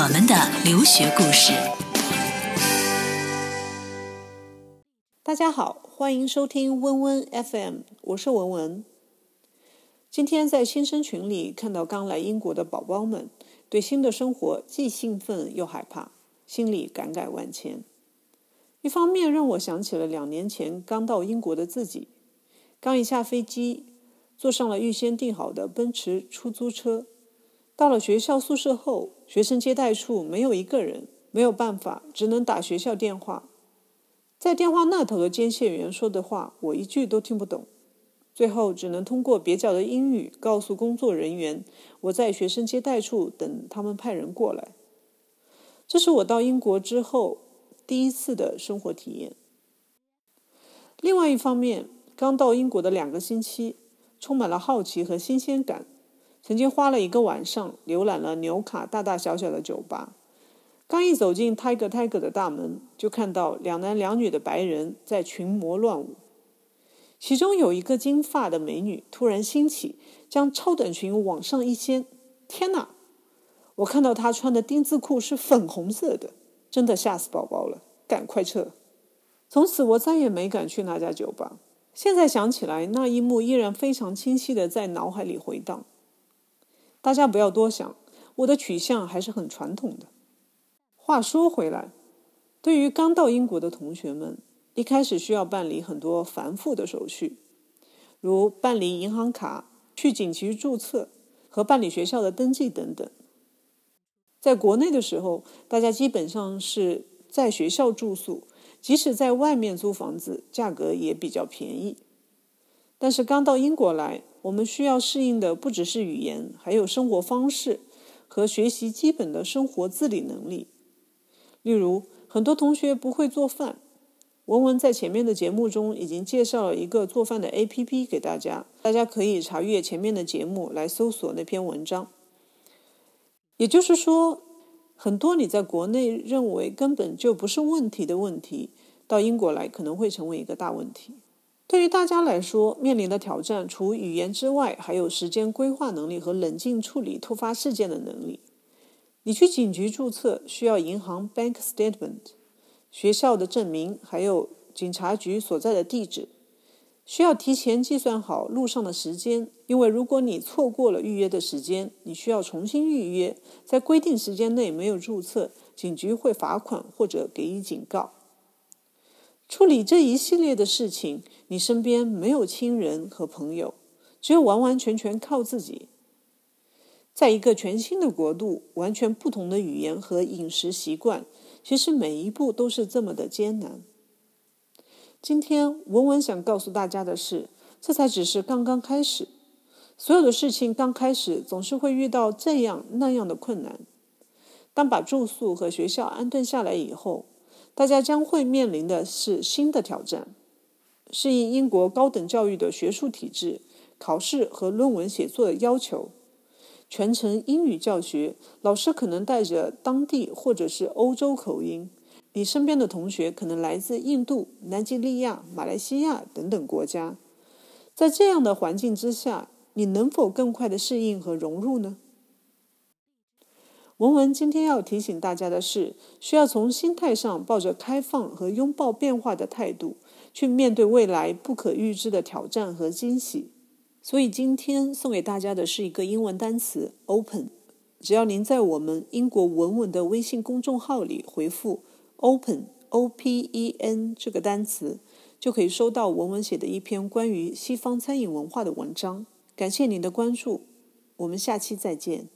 们的留学故事。 大家好，欢迎收听温温 FM， 我是文文。今天在新生群里看到刚来英国的宝宝们，对新的生活既兴奋又害怕，心里感慨万千。一方面让我想起了2年前刚到英国的自己，刚一下飞机，坐上了预先订好的奔驰出租车，到了学校宿舍后，学生接待处没有一个人，没有办法，只能打学校电话。在电话那头的接线员说的话，我一句都听不懂，最后只能通过蹩脚的英语告诉工作人员，我在学生接待处等他们派人过来。这是我到英国之后第一次的生活体验。另外一方面，刚到英国的2个星期，充满了好奇和新鲜感。曾经花了1个晚上浏览了纽卡大大小小的酒吧。刚一走进 Tiger 的大门，就看到2男2女的白人在群魔乱舞。其中有一个金发的美女突然兴起，将超短裙往上一掀，天哪！我看到她穿的丁字裤是粉红色的，真的吓死宝宝了，赶快撤！从此我再也没敢去那家酒吧。现在想起来，那一幕依然非常清晰的在脑海里回荡。大家不要多想，我的取向还是很传统的。话说回来，对于刚到英国的同学们，一开始需要办理很多繁复的手续，如办理银行卡、去警局注册和办理学校的登记等等。在国内的时候，大家基本上是在学校住宿，即使在外面租房子，价格也比较便宜。但是刚到英国来，我们需要适应的不只是语言，还有生活方式和学习基本的生活自理能力。例如，很多同学不会做饭，文文在前面的节目中已经介绍了一个做饭的 APP 给大家，大家可以查阅前面的节目来搜索那篇文章。也就是说，很多你在国内认为根本就不是问题的问题，到英国来可能会成为一个大问题。对于大家来说，面临的挑战除语言之外，还有时间规划能力和冷静处理突发事件的能力。你去警局注册需要银行 bank statement、 学校的证明，还有警察局所在的地址。需要提前计算好路上的时间，因为如果你错过了预约的时间，你需要重新预约，在规定时间内没有注册，警局会罚款或者给予警告。处理这一系列的事情，你身边没有亲人和朋友，只有完完全全靠自己。在一个全新的国度，完全不同的语言和饮食习惯，其实每一步都是这么的艰难。今天文文想告诉大家的是，这才只是刚刚开始。所有的事情刚开始总是会遇到这样那样的困难。当把住宿和学校安顿下来以后，大家将会面临的是新的挑战，适应英国高等教育的学术体制、考试和论文写作的要求。全程英语教学，老师可能带着当地或者是欧洲口音，你身边的同学可能来自印度、南吉利亚、马来西亚等等国家。在这样的环境之下，你能否更快的适应和融入呢？文文今天要提醒大家的是，需要从心态上抱着开放和拥抱变化的态度，去面对未来不可预知的挑战和惊喜。所以今天送给大家的是一个英文单词 open。 只要您在我们英国文文的微信公众号里回复 open OPEN 这个单词，就可以收到文文写的一篇关于西方餐饮文化的文章。感谢您的关注，我们下期再见。